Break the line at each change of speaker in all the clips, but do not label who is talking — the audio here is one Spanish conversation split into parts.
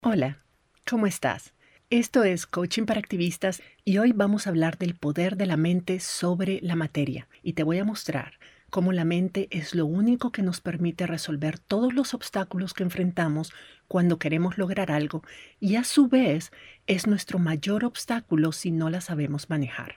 Hola, ¿cómo estás? Esto es Coaching para Activistas y hoy vamos a hablar del poder de la mente sobre la materia y te voy a mostrar cómo la mente es lo único que nos permite resolver todos los obstáculos que enfrentamos cuando queremos lograr algo y a su vez es nuestro mayor obstáculo si no la sabemos manejar.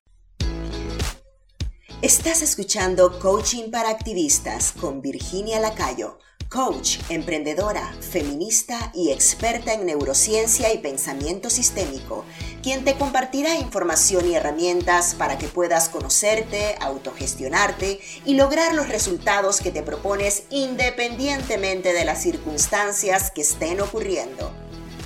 Estás escuchando Coaching para Activistas con Virginia Lacayo, coach, emprendedora, feminista y experta en neurociencia y pensamiento sistémico, quien te compartirá información y herramientas para que puedas conocerte, autogestionarte y lograr los resultados que te propones independientemente de las circunstancias que estén ocurriendo.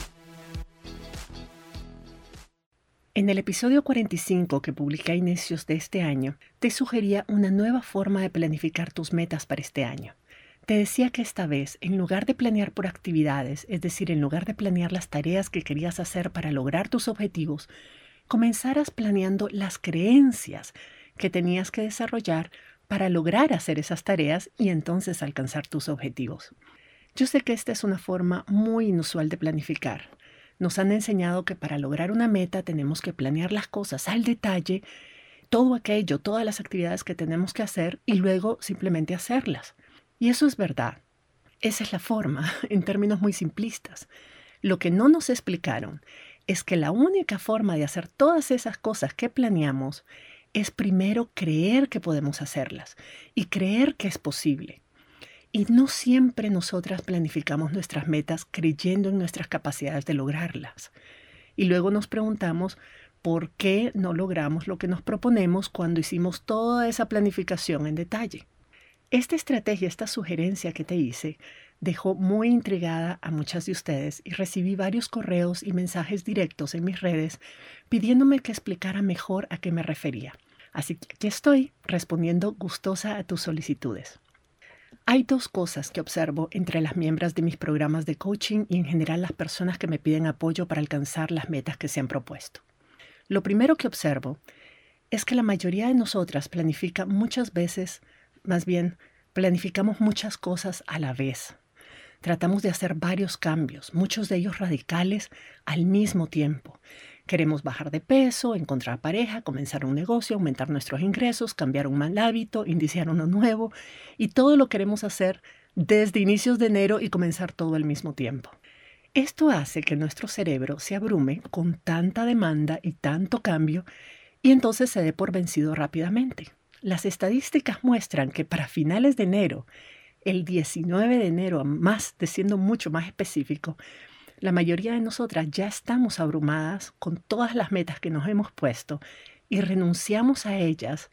En el episodio 45 que publiqué a inicios de este año, te sugería una nueva forma de planificar tus metas para este año. Te decía que esta vez, en lugar de planear por actividades, es decir, en lugar de planear las tareas que querías hacer para lograr tus objetivos, comenzaras planeando las creencias que tenías que desarrollar para lograr hacer esas tareas y entonces alcanzar tus objetivos. Yo sé que esta es una forma muy inusual de planificar. Nos han enseñado que para lograr una meta tenemos que planear las cosas al detalle, todo aquello, todas las actividades que tenemos que hacer y luego simplemente hacerlas. Y eso es verdad. Esa es la forma, en términos muy simplistas. Lo que no nos explicaron es que la única forma de hacer todas esas cosas que planeamos es primero creer que podemos hacerlas y creer que es posible. Y no siempre nosotras planificamos nuestras metas creyendo en nuestras capacidades de lograrlas. Y luego nos preguntamos por qué no logramos lo que nos proponemos cuando hicimos toda esa planificación en detalle. Esta estrategia, esta sugerencia que te hice, dejó muy intrigada a muchas de ustedes y recibí varios correos y mensajes directos en mis redes pidiéndome que explicara mejor a qué me refería. Así que aquí estoy respondiendo gustosa a tus solicitudes. Hay dos cosas que observo entre las miembros de mis programas de coaching y en general las personas que me piden apoyo para alcanzar las metas que se han propuesto. Lo primero que observo es que la mayoría de nosotras planifica muchas veces, más bien, planificamos muchas cosas a la vez. Tratamos de hacer varios cambios, muchos de ellos radicales, al mismo tiempo. Queremos bajar de peso, encontrar pareja, comenzar un negocio, aumentar nuestros ingresos, cambiar un mal hábito, iniciar uno nuevo. Y todo lo queremos hacer desde inicios de enero y comenzar todo al mismo tiempo. Esto hace que nuestro cerebro se abrume con tanta demanda y tanto cambio y entonces se dé por vencido rápidamente. Las estadísticas muestran que para finales de enero, el 19 de enero, siendo mucho más específico, la mayoría de nosotras ya estamos abrumadas con todas las metas que nos hemos puesto y renunciamos a ellas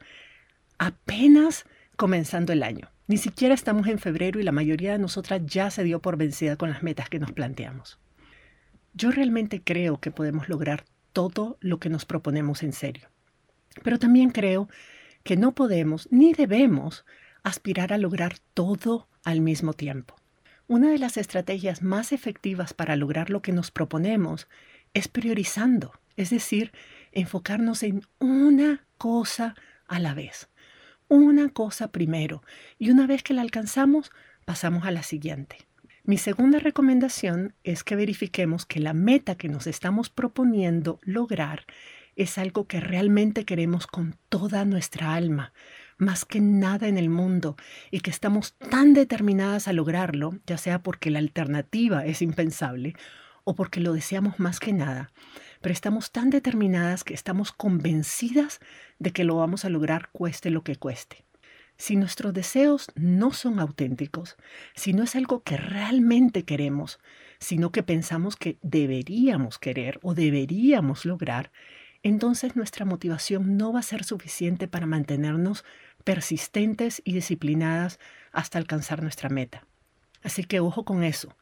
apenas comenzando el año. Ni siquiera estamos en febrero y la mayoría de nosotras ya se dio por vencida con las metas que nos planteamos. Yo realmente creo que podemos lograr todo lo que nos proponemos en serio. Pero también creo que no podemos ni debemos aspirar a lograr todo al mismo tiempo. Una de las estrategias más efectivas para lograr lo que nos proponemos es priorizando, es decir, enfocarnos en una cosa a la vez. Una cosa primero, y una vez que la alcanzamos, pasamos a la siguiente. Mi segunda recomendación es que verifiquemos que la meta que nos estamos proponiendo lograr es algo que realmente queremos con toda nuestra alma, más que nada en el mundo, y que estamos tan determinadas a lograrlo, ya sea porque la alternativa es impensable o porque lo deseamos más que nada, pero estamos tan determinadas que estamos convencidas de que lo vamos a lograr cueste lo que cueste. Si nuestros deseos no son auténticos, si no es algo que realmente queremos, sino que pensamos que deberíamos querer o deberíamos lograr, entonces nuestra motivación no va a ser suficiente para mantenernos persistentes y disciplinadas hasta alcanzar nuestra meta. Así que ojo con eso.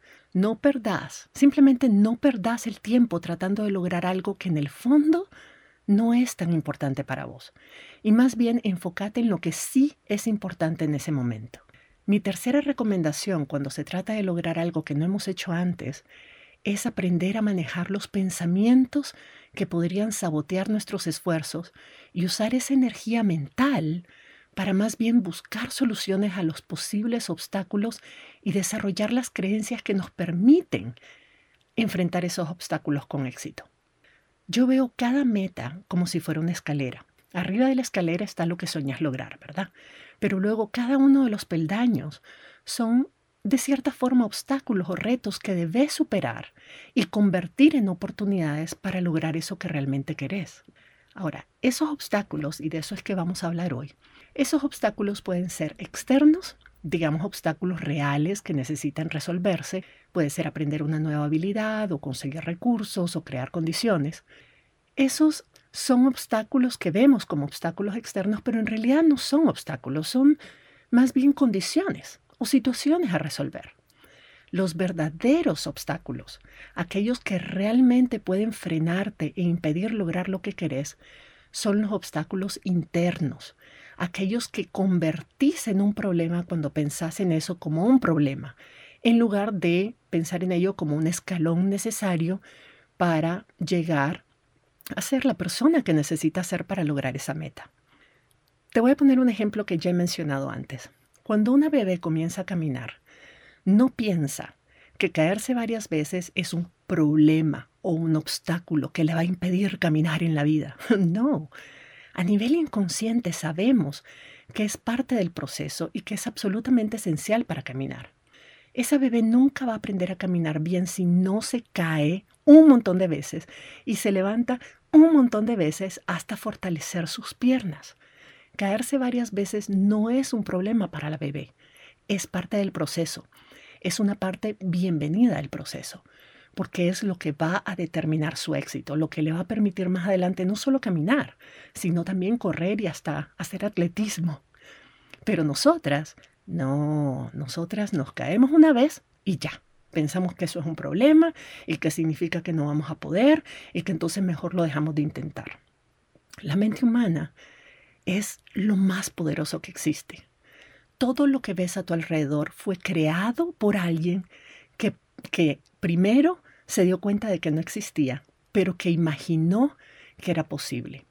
Simplemente no perdás el tiempo tratando de lograr algo que en el fondo no es tan importante para vos. Y más bien enfócate en lo que sí es importante en ese momento. Mi tercera recomendación cuando se trata de lograr algo que no hemos hecho antes es aprender a manejar los pensamientos que podrían sabotear nuestros esfuerzos y usar esa energía mental para más bien buscar soluciones a los posibles obstáculos y desarrollar las creencias que nos permiten enfrentar esos obstáculos con éxito. Yo veo cada meta como si fuera una escalera. Arriba de la escalera está lo que soñas lograr, ¿verdad? Pero luego cada uno de los peldaños son de cierta forma obstáculos o retos que debes superar y convertir en oportunidades para lograr eso que realmente querés. Ahora, esos obstáculos, y de eso es que vamos a hablar hoy, esos obstáculos pueden ser externos, digamos obstáculos reales que necesitan resolverse, puede ser aprender una nueva habilidad o conseguir recursos o crear condiciones. Esos son obstáculos que vemos como obstáculos externos, pero en realidad no son obstáculos, son más bien condiciones o situaciones a resolver. Los verdaderos obstáculos, aquellos que realmente pueden frenarte e impedir lograr lo que querés, son los obstáculos internos, aquellos que convertís en un problema cuando pensás en eso como un problema, en lugar de pensar en ello como un escalón necesario para llegar a ser la persona que necesitas ser para lograr esa meta. Te voy a poner un ejemplo que ya he mencionado antes. Cuando una bebé comienza a caminar, no piensa que caerse varias veces es un problema o un obstáculo que le va a impedir caminar en la vida. No, a nivel inconsciente sabemos que es parte del proceso y que es absolutamente esencial para caminar. Esa bebé nunca va a aprender a caminar bien si no se cae un montón de veces y se levanta un montón de veces hasta fortalecer sus piernas. Caerse varias veces no es un problema para la bebé, es parte del proceso, es una parte bienvenida del proceso, porque es lo que va a determinar su éxito, lo que le va a permitir más adelante no solo caminar, sino también correr y hasta hacer atletismo. Pero nosotras nos caemos una vez y ya. Pensamos que eso es un problema y que significa que no vamos a poder y que entonces mejor lo dejamos de intentar. La mente humana es lo más poderoso que existe. Todo lo que ves a tu alrededor fue creado por alguien que primero se dio cuenta de que no existía, pero que imaginó que era posible.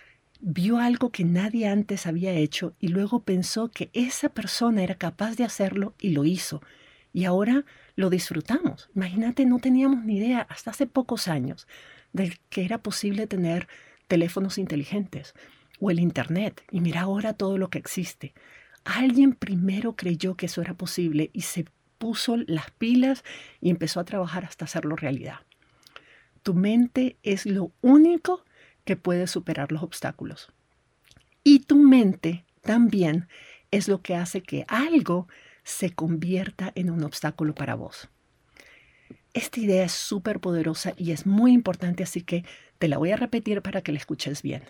Vio algo que nadie antes había hecho y luego pensó que esa persona era capaz de hacerlo y lo hizo. Y ahora lo disfrutamos. Imagínate, no teníamos ni idea hasta hace pocos años de que era posible tener teléfonos inteligentes o el internet. Y mira ahora todo lo que existe. Alguien primero creyó que eso era posible y se puso las pilas y empezó a trabajar hasta hacerlo realidad. Tu mente es lo único que puede superar los obstáculos. Y tu mente también es lo que hace que algo se convierta en un obstáculo para vos. Esta idea es súper poderosa y es muy importante, así que te la voy a repetir para que la escuches bien.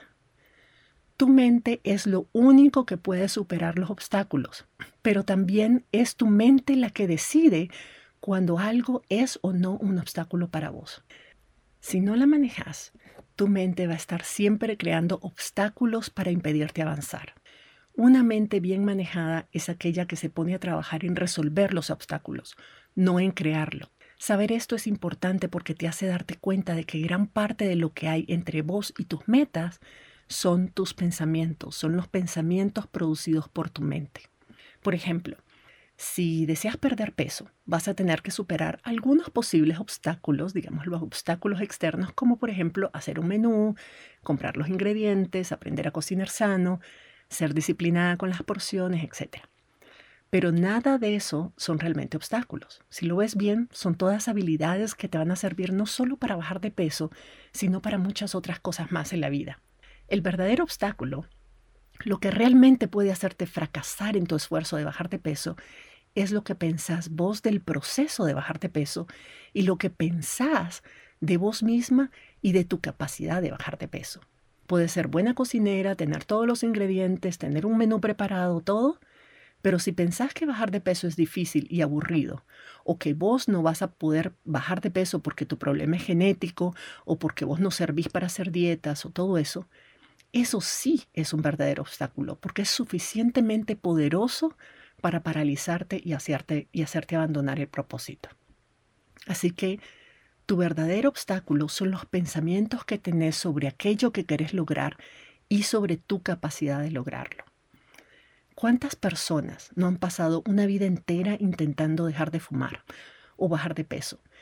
Tu mente es lo único que puede superar los obstáculos, pero también es tu mente la que decide cuando algo es o no un obstáculo para vos. Si no la manejas, tu mente va a estar siempre creando obstáculos para impedirte avanzar. Una mente bien manejada es aquella que se pone a trabajar en resolver los obstáculos, no en crearlo. Saber esto es importante porque te hace darte cuenta de que gran parte de lo que hay entre vos y tus metas son tus pensamientos, son los pensamientos producidos por tu mente. Por ejemplo, si deseas perder peso, vas a tener que superar algunos posibles obstáculos, digamos los obstáculos externos, como por ejemplo hacer un menú, comprar los ingredientes, aprender a cocinar sano, ser disciplinada con las porciones, etc. Pero nada de eso son realmente obstáculos. Si lo ves bien, son todas habilidades que te van a servir no solo para bajar de peso, sino para muchas otras cosas más en la vida. El verdadero obstáculo, lo que realmente puede hacerte fracasar en tu esfuerzo de bajar de peso, es lo que pensás vos del proceso de bajar de peso y lo que pensás de vos misma y de tu capacidad de bajar de peso. Puedes ser buena cocinera, tener todos los ingredientes, tener un menú preparado, todo, pero si pensás que bajar de peso es difícil y aburrido, o que vos no vas a poder bajar de peso porque tu problema es genético, o porque vos no servís para hacer dietas, o todo eso, eso sí es un verdadero obstáculo, porque es suficientemente poderoso para paralizarte y hacerte abandonar el propósito. Así que tu verdadero obstáculo son los pensamientos que tenés sobre aquello que querés lograr y sobre tu capacidad de lograrlo. ¿Cuántas personas no han pasado una vida entera intentando dejar de fumar o bajar de peso?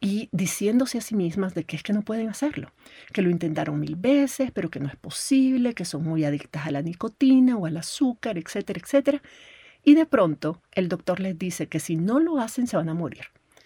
y diciéndose a sí mismas de que es que no pueden hacerlo, que lo intentaron 1000 veces, pero que no es posible, que son muy adictas a la nicotina o al azúcar, etcétera, etcétera. Y de pronto el doctor les dice que si no lo hacen se van a morir.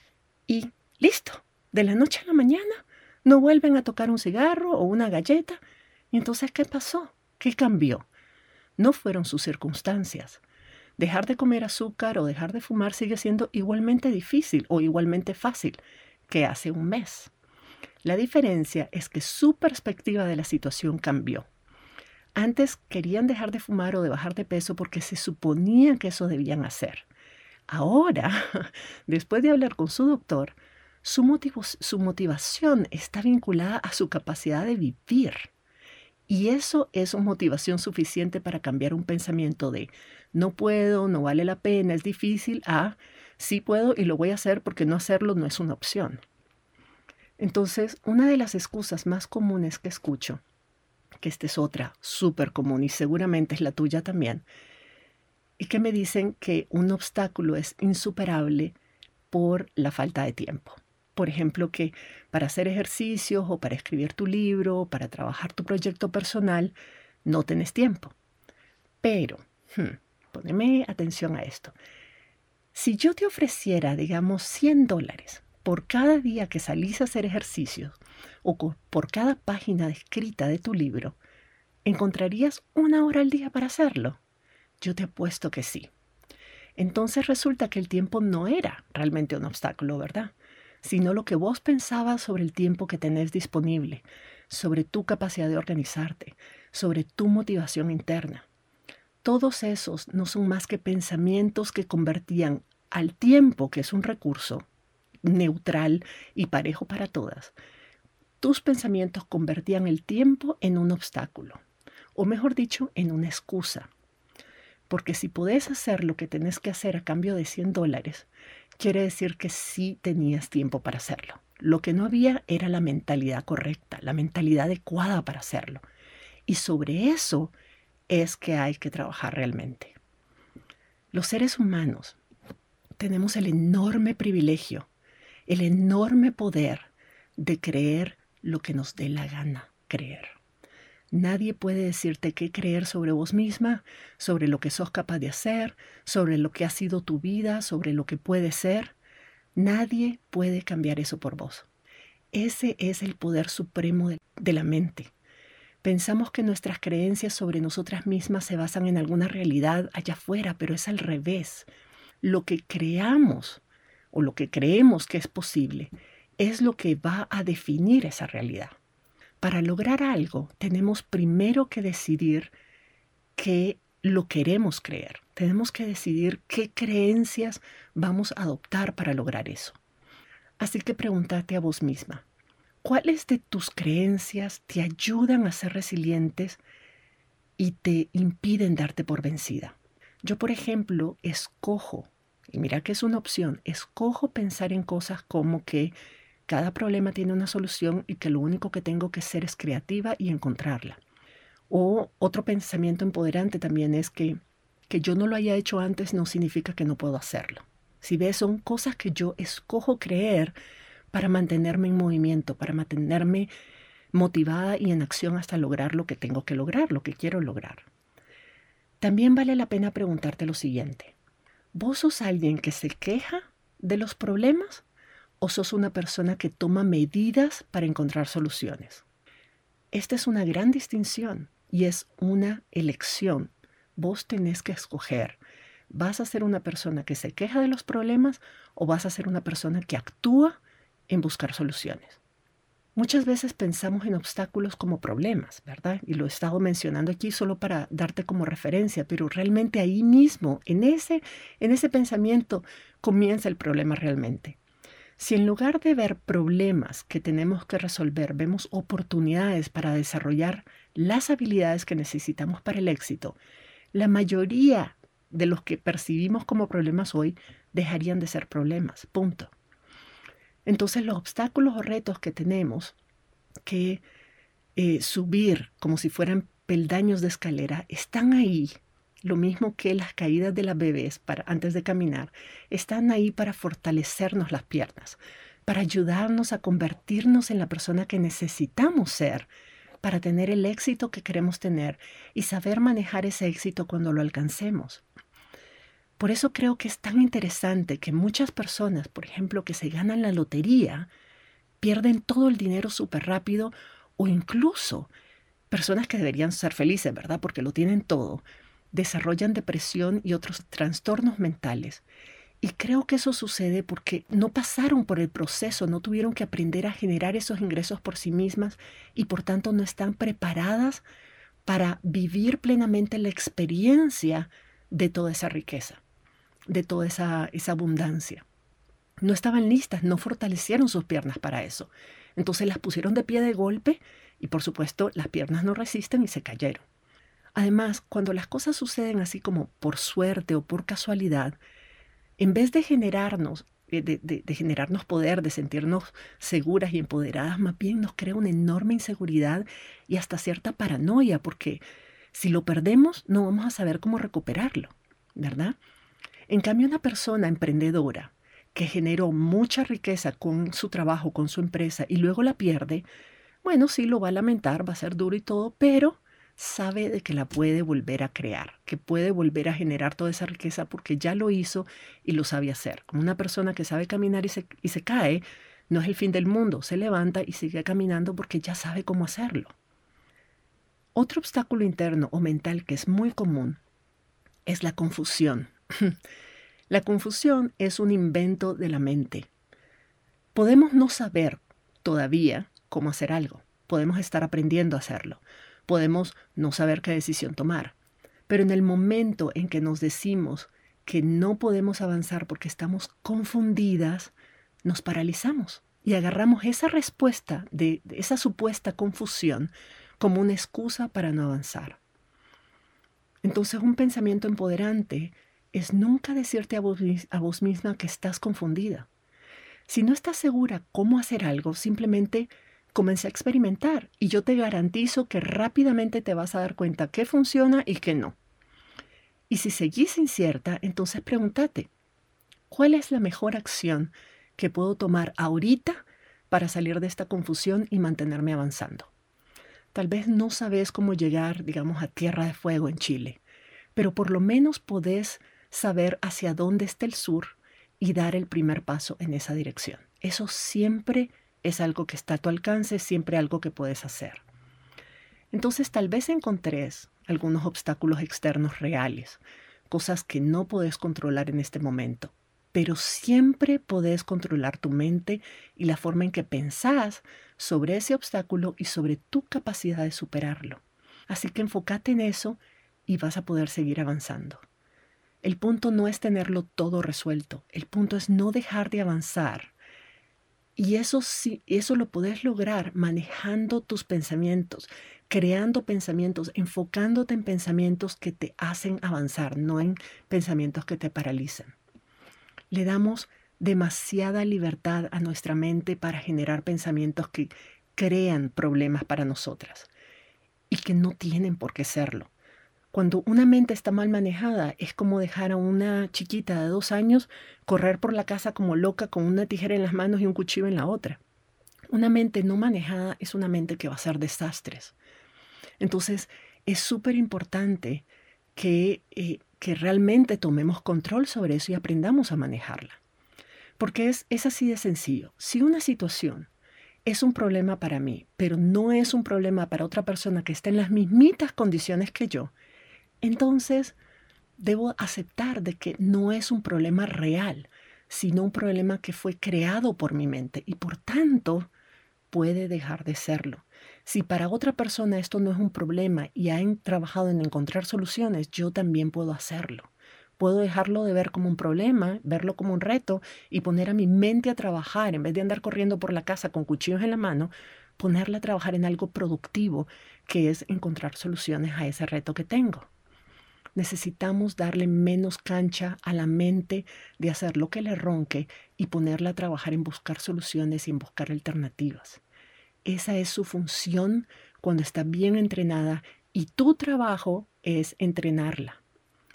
Y listo, de la noche a la mañana no vuelven a tocar un cigarro o una galleta. Y entonces, ¿qué pasó? ¿Qué cambió? No fueron sus circunstancias. Dejar de comer azúcar o dejar de fumar sigue siendo igualmente difícil o igualmente fácil que hace un mes. La diferencia es que su perspectiva de la situación cambió. Antes querían dejar de fumar o de bajar de peso porque se suponía que eso debían hacer. Ahora, después de hablar con su doctor, su motivación está vinculada a su capacidad de vivir. Y eso es una motivación suficiente para cambiar un pensamiento de no puedo, no vale la pena, es difícil, a sí puedo y lo voy a hacer porque no hacerlo no es una opción. Entonces, una de las excusas más comunes que escucho, que esta es otra súper común y seguramente es la tuya también, y que me dicen que un obstáculo es insuperable por la falta de tiempo. Por ejemplo, que para hacer ejercicios o para escribir tu libro o para trabajar tu proyecto personal no tenés tiempo. Pero, poneme atención a esto. Si yo te ofreciera, digamos, $100 por cada día que salís a hacer ejercicios o por cada página escrita de tu libro, ¿encontrarías 1 hora al día para hacerlo? Yo te apuesto que sí. Entonces resulta que el tiempo no era realmente un obstáculo, ¿verdad? Sino lo que vos pensabas sobre el tiempo que tenés disponible, sobre tu capacidad de organizarte, sobre tu motivación interna. Todos esos no son más que pensamientos que convertían al tiempo, que es un recurso neutral y parejo para todas, tus pensamientos convertían el tiempo en un obstáculo, o mejor dicho, en una excusa. Porque si podés hacer lo que tenés que hacer a cambio de $100, quiere decir que sí tenías tiempo para hacerlo. Lo que no había era la mentalidad correcta, la mentalidad adecuada para hacerlo. Y sobre eso es que hay que trabajar realmente. Los seres humanos tenemos el enorme privilegio, el enorme poder de creer lo que nos dé la gana creer. Nadie puede decirte qué creer sobre vos misma, sobre lo que sos capaz de hacer, sobre lo que ha sido tu vida, sobre lo que puede ser. Nadie puede cambiar eso por vos. Ese es el poder supremo de la mente. Pensamos que nuestras creencias sobre nosotras mismas se basan en alguna realidad allá afuera, pero es al revés. Lo que creamos o lo que creemos que es posible es lo que va a definir esa realidad. Para lograr algo, tenemos primero que decidir qué lo queremos creer. Tenemos que decidir qué creencias vamos a adoptar para lograr eso. Así que pregúntate a vos misma, ¿cuáles de tus creencias te ayudan a ser resilientes y te impiden darte por vencida? Yo, por ejemplo, escojo, y mira que es una opción, escojo pensar en cosas como que cada problema tiene una solución y que lo único que tengo que hacer es creativa y encontrarla. O otro pensamiento empoderante también es que yo no lo haya hecho antes no significa que no puedo hacerlo. Si ves, son cosas que yo escojo creer para mantenerme en movimiento, para mantenerme motivada y en acción hasta lograr lo que tengo que lograr, lo que quiero lograr. También vale la pena preguntarte lo siguiente. ¿Vos sos alguien que se queja de los problemas o sos una persona que toma medidas para encontrar soluciones? Esta es una gran distinción y es una elección. Vos tenés que escoger. ¿Vas a ser una persona que se queja de los problemas o vas a ser una persona que actúa en buscar soluciones? Muchas veces pensamos en obstáculos como problemas, ¿verdad? Y lo he estado mencionando aquí solo para darte como referencia, pero realmente ahí mismo, en ese pensamiento, comienza el problema realmente. Si en lugar de ver problemas que tenemos que resolver, vemos oportunidades para desarrollar las habilidades que necesitamos para el éxito, la mayoría de los que percibimos como problemas hoy dejarían de ser problemas, punto. Entonces los obstáculos o retos que tenemos que subir como si fueran peldaños de escalera están ahí. Lo mismo que las caídas de las bebés antes de caminar, están ahí para fortalecernos las piernas, para ayudarnos a convertirnos en la persona que necesitamos ser para tener el éxito que queremos tener y saber manejar ese éxito cuando lo alcancemos. Por eso creo que es tan interesante que muchas personas, por ejemplo, que se ganan la lotería, pierden todo el dinero súper rápido, o incluso personas que deberían ser felices, ¿verdad? Porque lo tienen todo, desarrollan depresión y otros trastornos mentales. Y creo que eso sucede porque no pasaron por el proceso, no tuvieron que aprender a generar esos ingresos por sí mismas y por tanto no están preparadas para vivir plenamente la experiencia de toda esa riqueza, de toda esa abundancia. No estaban listas, no fortalecieron sus piernas para eso. Entonces las pusieron de pie de golpe y por supuesto las piernas no resisten y se cayeron. Además, cuando las cosas suceden así como por suerte o por casualidad, en vez de generarnos, de generarnos poder, de sentirnos seguras y empoderadas, más bien nos crea una enorme inseguridad y hasta cierta paranoia, porque si lo perdemos no vamos a saber cómo recuperarlo, ¿verdad? En cambio, una persona emprendedora que generó mucha riqueza con su trabajo, con su empresa y luego la pierde, bueno, sí lo va a lamentar, va a ser duro y todo, pero sabe de que la puede volver a crear, que puede volver a generar toda esa riqueza porque ya lo hizo y lo sabe hacer. Como una persona que sabe caminar y se cae, no es el fin del mundo, se levanta y sigue caminando porque ya sabe cómo hacerlo. Otro obstáculo interno o mental que es muy común es la confusión. La confusión es un invento de la mente. Podemos no saber todavía cómo hacer algo, podemos estar aprendiendo a hacerlo. Podemos no saber qué decisión tomar, pero en el momento en que nos decimos que no podemos avanzar porque estamos confundidas, nos paralizamos y agarramos esa respuesta de esa supuesta confusión como una excusa para no avanzar. Entonces, un pensamiento empoderante es nunca decirte a vos misma que estás confundida. Si no estás segura cómo hacer algo, simplemente comencé a experimentar y yo te garantizo que rápidamente te vas a dar cuenta qué funciona y qué no. Y si seguís incierta, entonces pregúntate, ¿cuál es la mejor acción que puedo tomar ahorita para salir de esta confusión y mantenerme avanzando? Tal vez no sabes cómo llegar, digamos, a Tierra de Fuego en Chile, pero por lo menos podés saber hacia dónde está el sur y dar el primer paso en esa dirección. Eso siempre es algo que está a tu alcance, siempre algo que puedes hacer. Entonces tal vez encontres algunos obstáculos externos reales, cosas que no podés controlar en este momento, pero siempre podés controlar tu mente y la forma en que pensás sobre ese obstáculo y sobre tu capacidad de superarlo. Así que enfócate en eso y vas a poder seguir avanzando. El punto no es tenerlo todo resuelto, el punto es no dejar de avanzar. Y eso lo podés lograr manejando tus pensamientos, creando pensamientos, enfocándote en pensamientos que te hacen avanzar, no en pensamientos que te paralizan. Le damos demasiada libertad a nuestra mente para generar pensamientos que crean problemas para nosotras y que no tienen por qué serlo. Cuando una mente está mal manejada, es como dejar a una chiquita de 2 años correr por la casa como loca con una tijera en las manos y un cuchillo en la otra. Una mente no manejada es una mente que va a hacer desastres. Entonces, es súper importante que realmente tomemos control sobre eso y aprendamos a manejarla. Porque es así de sencillo. Si una situación es un problema para mí, pero no es un problema para otra persona que está en las mismitas condiciones que yo, entonces debo aceptar de que no es un problema real, sino un problema que fue creado por mi mente y por tanto puede dejar de serlo. Si para otra persona esto no es un problema y han trabajado en encontrar soluciones, yo también puedo hacerlo. Puedo dejarlo de ver como un problema, verlo como un reto y poner a mi mente a trabajar, en vez de andar corriendo por la casa con cuchillos en la mano, ponerla a trabajar en algo productivo, que es encontrar soluciones a ese reto que tengo. Necesitamos darle menos cancha a la mente de hacer lo que le ronque y ponerla a trabajar en buscar soluciones y en buscar alternativas. Esa es su función cuando está bien entrenada y tu trabajo es entrenarla.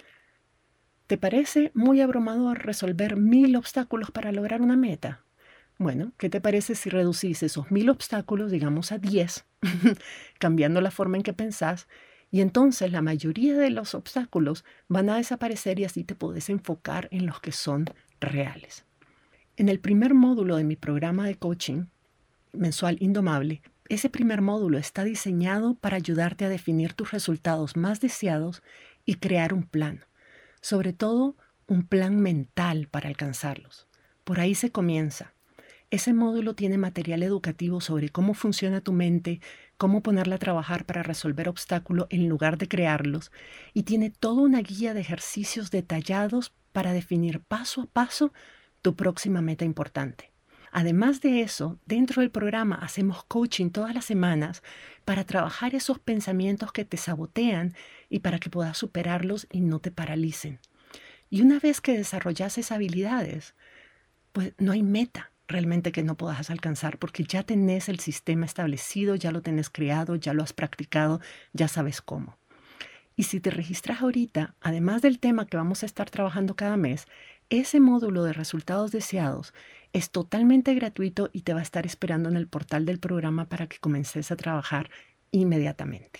¿Te parece muy abrumador resolver 1000 obstáculos para lograr una meta? Bueno, ¿qué te parece si reducís esos 1000 obstáculos, digamos, a 10, cambiando la forma en que pensás? Y entonces la mayoría de los obstáculos van a desaparecer y así te podés enfocar en los que son reales. En el primer módulo de mi programa de coaching mensual Indomable, ese primer módulo está diseñado para ayudarte a definir tus resultados más deseados y crear un plan, sobre todo un plan mental para alcanzarlos. Por ahí se comienza. Ese módulo tiene material educativo sobre cómo funciona tu mente, cómo ponerla a trabajar para resolver obstáculos en lugar de crearlos, y tiene toda una guía de ejercicios detallados para definir paso a paso tu próxima meta importante. Además de eso, dentro del programa hacemos coaching todas las semanas para trabajar esos pensamientos que te sabotean y para que puedas superarlos y no te paralicen. Y una vez que desarrollas esas habilidades, pues no hay meta realmente que no puedas alcanzar porque ya tenés el sistema establecido, ya lo tenés creado, ya lo has practicado, ya sabes cómo. Y si te registras ahorita, además del tema que vamos a estar trabajando cada mes, ese módulo de resultados deseados es totalmente gratuito y te va a estar esperando en el portal del programa para que comiences a trabajar inmediatamente.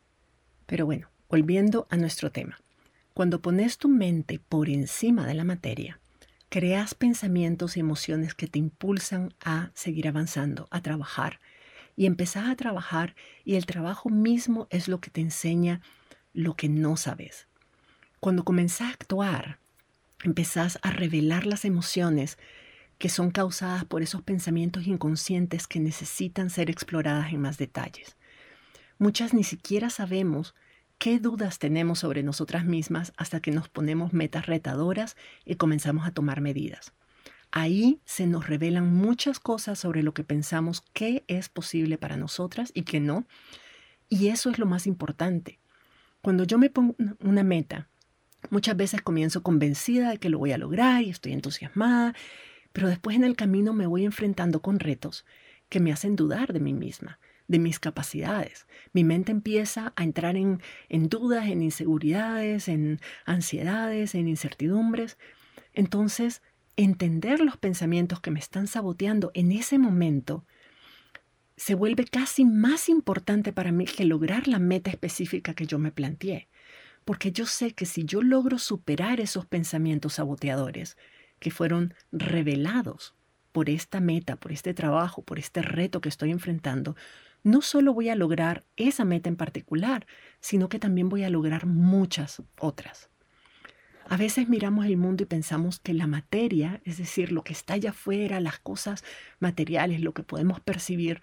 Pero bueno, volviendo a nuestro tema. Cuando pones tu mente por encima de la materia, creas pensamientos y emociones que te impulsan a seguir avanzando, a trabajar. Y empezás a trabajar y el trabajo mismo es lo que te enseña lo que no sabes. Cuando comenzás a actuar, empezás a revelar las emociones que son causadas por esos pensamientos inconscientes que necesitan ser exploradas en más detalles. Muchas ni siquiera sabemos qué dudas tenemos sobre nosotras mismas hasta que nos ponemos metas retadoras y comenzamos a tomar medidas. Ahí se nos revelan muchas cosas sobre lo que pensamos que es posible para nosotras y que no. Y eso es lo más importante. Cuando yo me pongo una meta, muchas veces comienzo convencida de que lo voy a lograr y estoy entusiasmada, pero después en el camino me voy enfrentando con retos que me hacen dudar de mí misma, de mis capacidades. Mi mente empieza a entrar en dudas, en inseguridades, en ansiedades, en incertidumbres. Entonces, entender los pensamientos que me están saboteando en ese momento se vuelve casi más importante para mí que lograr la meta específica que yo me planteé. Porque yo sé que si yo logro superar esos pensamientos saboteadores que fueron revelados por esta meta, por este trabajo, por este reto que estoy enfrentando, no solo voy a lograr esa meta en particular, sino que también voy a lograr muchas otras. A veces miramos el mundo y pensamos que la materia, es decir, lo que está allá afuera, las cosas materiales, lo que podemos percibir,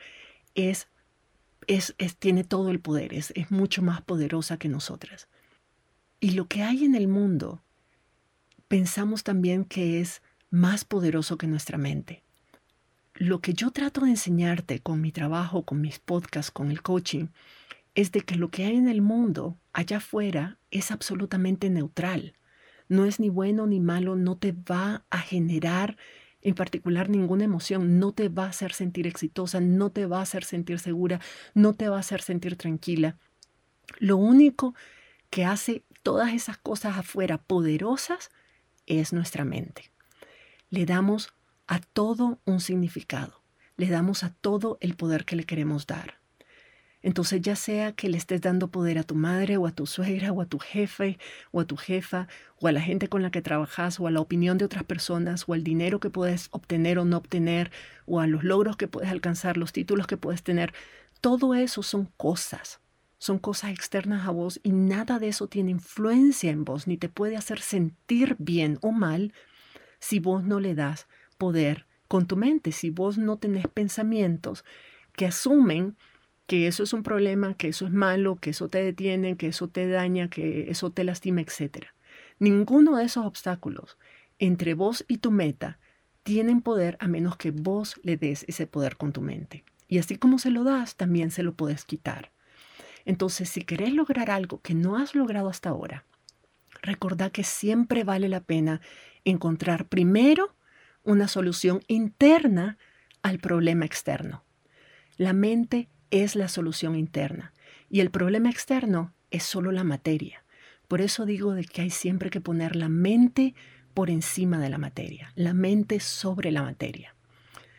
tiene todo el poder, es mucho más poderosa que nosotras. Y lo que hay en el mundo, pensamos también que es más poderoso que nuestra mente. Lo que yo trato de enseñarte con mi trabajo, con mis podcasts, con el coaching, es de que lo que hay en el mundo, allá afuera, es absolutamente neutral. No es ni bueno ni malo, no te va a generar en particular ninguna emoción, no te va a hacer sentir exitosa, no te va a hacer sentir segura, no te va a hacer sentir tranquila. Lo único que hace todas esas cosas afuera poderosas es nuestra mente. Le damos a todo un significado, le damos a todo el poder que le queremos dar. Entonces, ya sea que le estés dando poder a tu madre o a tu suegra o a tu jefe o a tu jefa o a la gente con la que trabajas o a la opinión de otras personas o al dinero que puedes obtener o no obtener o a los logros que puedes alcanzar, los títulos que puedes tener, todo eso son cosas externas a vos y nada de eso tiene influencia en vos ni te puede hacer sentir bien o mal si vos no le das poder con tu mente, si vos no tenés pensamientos que asumen que eso es un problema, que eso es malo, que eso te detiene, que eso te daña, que eso te lastima, etc. Ninguno de esos obstáculos entre vos y tu meta tienen poder a menos que vos le des ese poder con tu mente. Y así como se lo das, también se lo puedes quitar. Entonces, si querés lograr algo que no has logrado hasta ahora, recordá que siempre vale la pena encontrar primero una solución interna al problema externo. La mente es la solución interna y el problema externo es solo la materia. Por eso digo de que hay siempre que poner la mente por encima de la materia, la mente sobre la materia.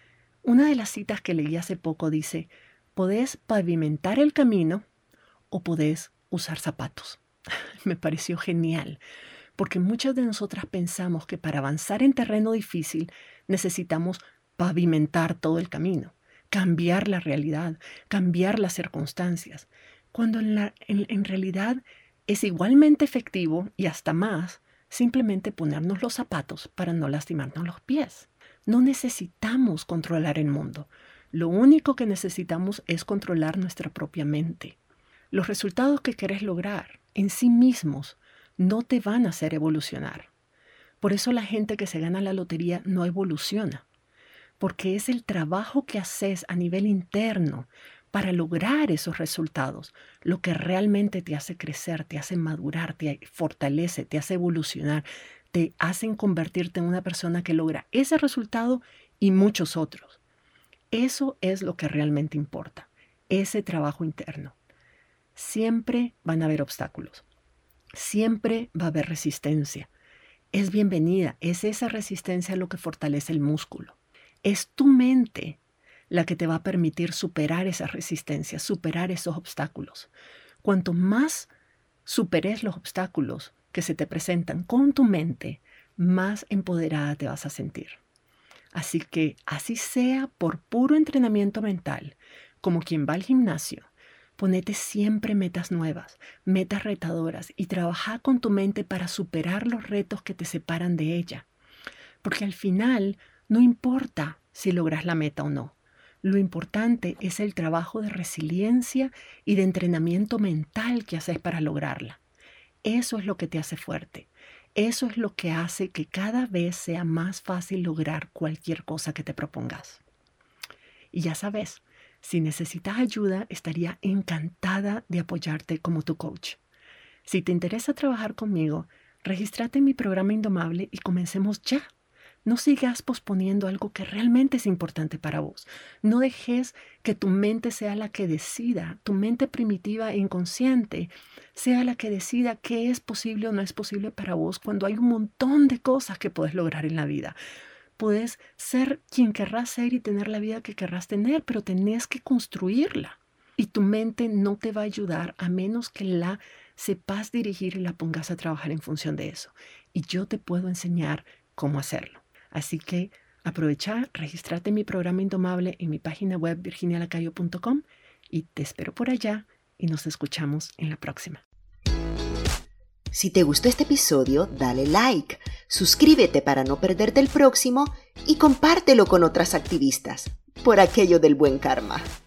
Una de las citas que leí hace poco dice, podés pavimentar el camino o podés usar zapatos. Me pareció genial, porque muchas de nosotras pensamos que para avanzar en terreno difícil necesitamos pavimentar todo el camino, cambiar la realidad, cambiar las circunstancias, cuando en realidad es igualmente efectivo y hasta más simplemente ponernos los zapatos para no lastimarnos los pies. No necesitamos controlar el mundo. Lo único que necesitamos es controlar nuestra propia mente. Los resultados que querés lograr en sí mismos no te van a hacer evolucionar. Por eso la gente que se gana la lotería no evoluciona, porque es el trabajo que haces a nivel interno para lograr esos resultados lo que realmente te hace crecer, te hace madurar, te fortalece, te hace evolucionar, te hacen convertirte en una persona que logra ese resultado y muchos otros. Eso es lo que realmente importa, ese trabajo interno. Siempre van a haber obstáculos, siempre va a haber resistencia. Es bienvenida, es esa resistencia lo que fortalece el músculo. Es tu mente la que te va a permitir superar esa resistencia, superar esos obstáculos. Cuanto más superes los obstáculos que se te presentan con tu mente, más empoderada te vas a sentir. Así que, así sea por puro entrenamiento mental, como quien va al gimnasio, ponete siempre metas nuevas, metas retadoras y trabaja con tu mente para superar los retos que te separan de ella. Porque al final no importa si logras la meta o no. Lo importante es el trabajo de resiliencia y de entrenamiento mental que haces para lograrla. Eso es lo que te hace fuerte. Eso es lo que hace que cada vez sea más fácil lograr cualquier cosa que te propongas. Y ya sabes, si necesitas ayuda, estaría encantada de apoyarte como tu coach. Si te interesa trabajar conmigo, regístrate en mi programa Indomable y comencemos ya. No sigas posponiendo algo que realmente es importante para vos. No dejes que tu mente sea la que decida, tu mente primitiva e inconsciente sea la que decida qué es posible o no es posible para vos cuando hay un montón de cosas que puedes lograr en la vida. Puedes ser quien querrás ser y tener la vida que querrás tener, pero tenés que construirla. Y tu mente no te va a ayudar a menos que la sepas dirigir y la pongas a trabajar en función de eso. Y yo te puedo enseñar cómo hacerlo. Así que aprovecha, regístrate en mi programa Indomable en mi página web virginialacayo.com y te espero por allá y nos escuchamos en la próxima.
Si te gustó este episodio, dale like, suscríbete para no perderte el próximo y compártelo con otras activistas, por aquello del buen karma.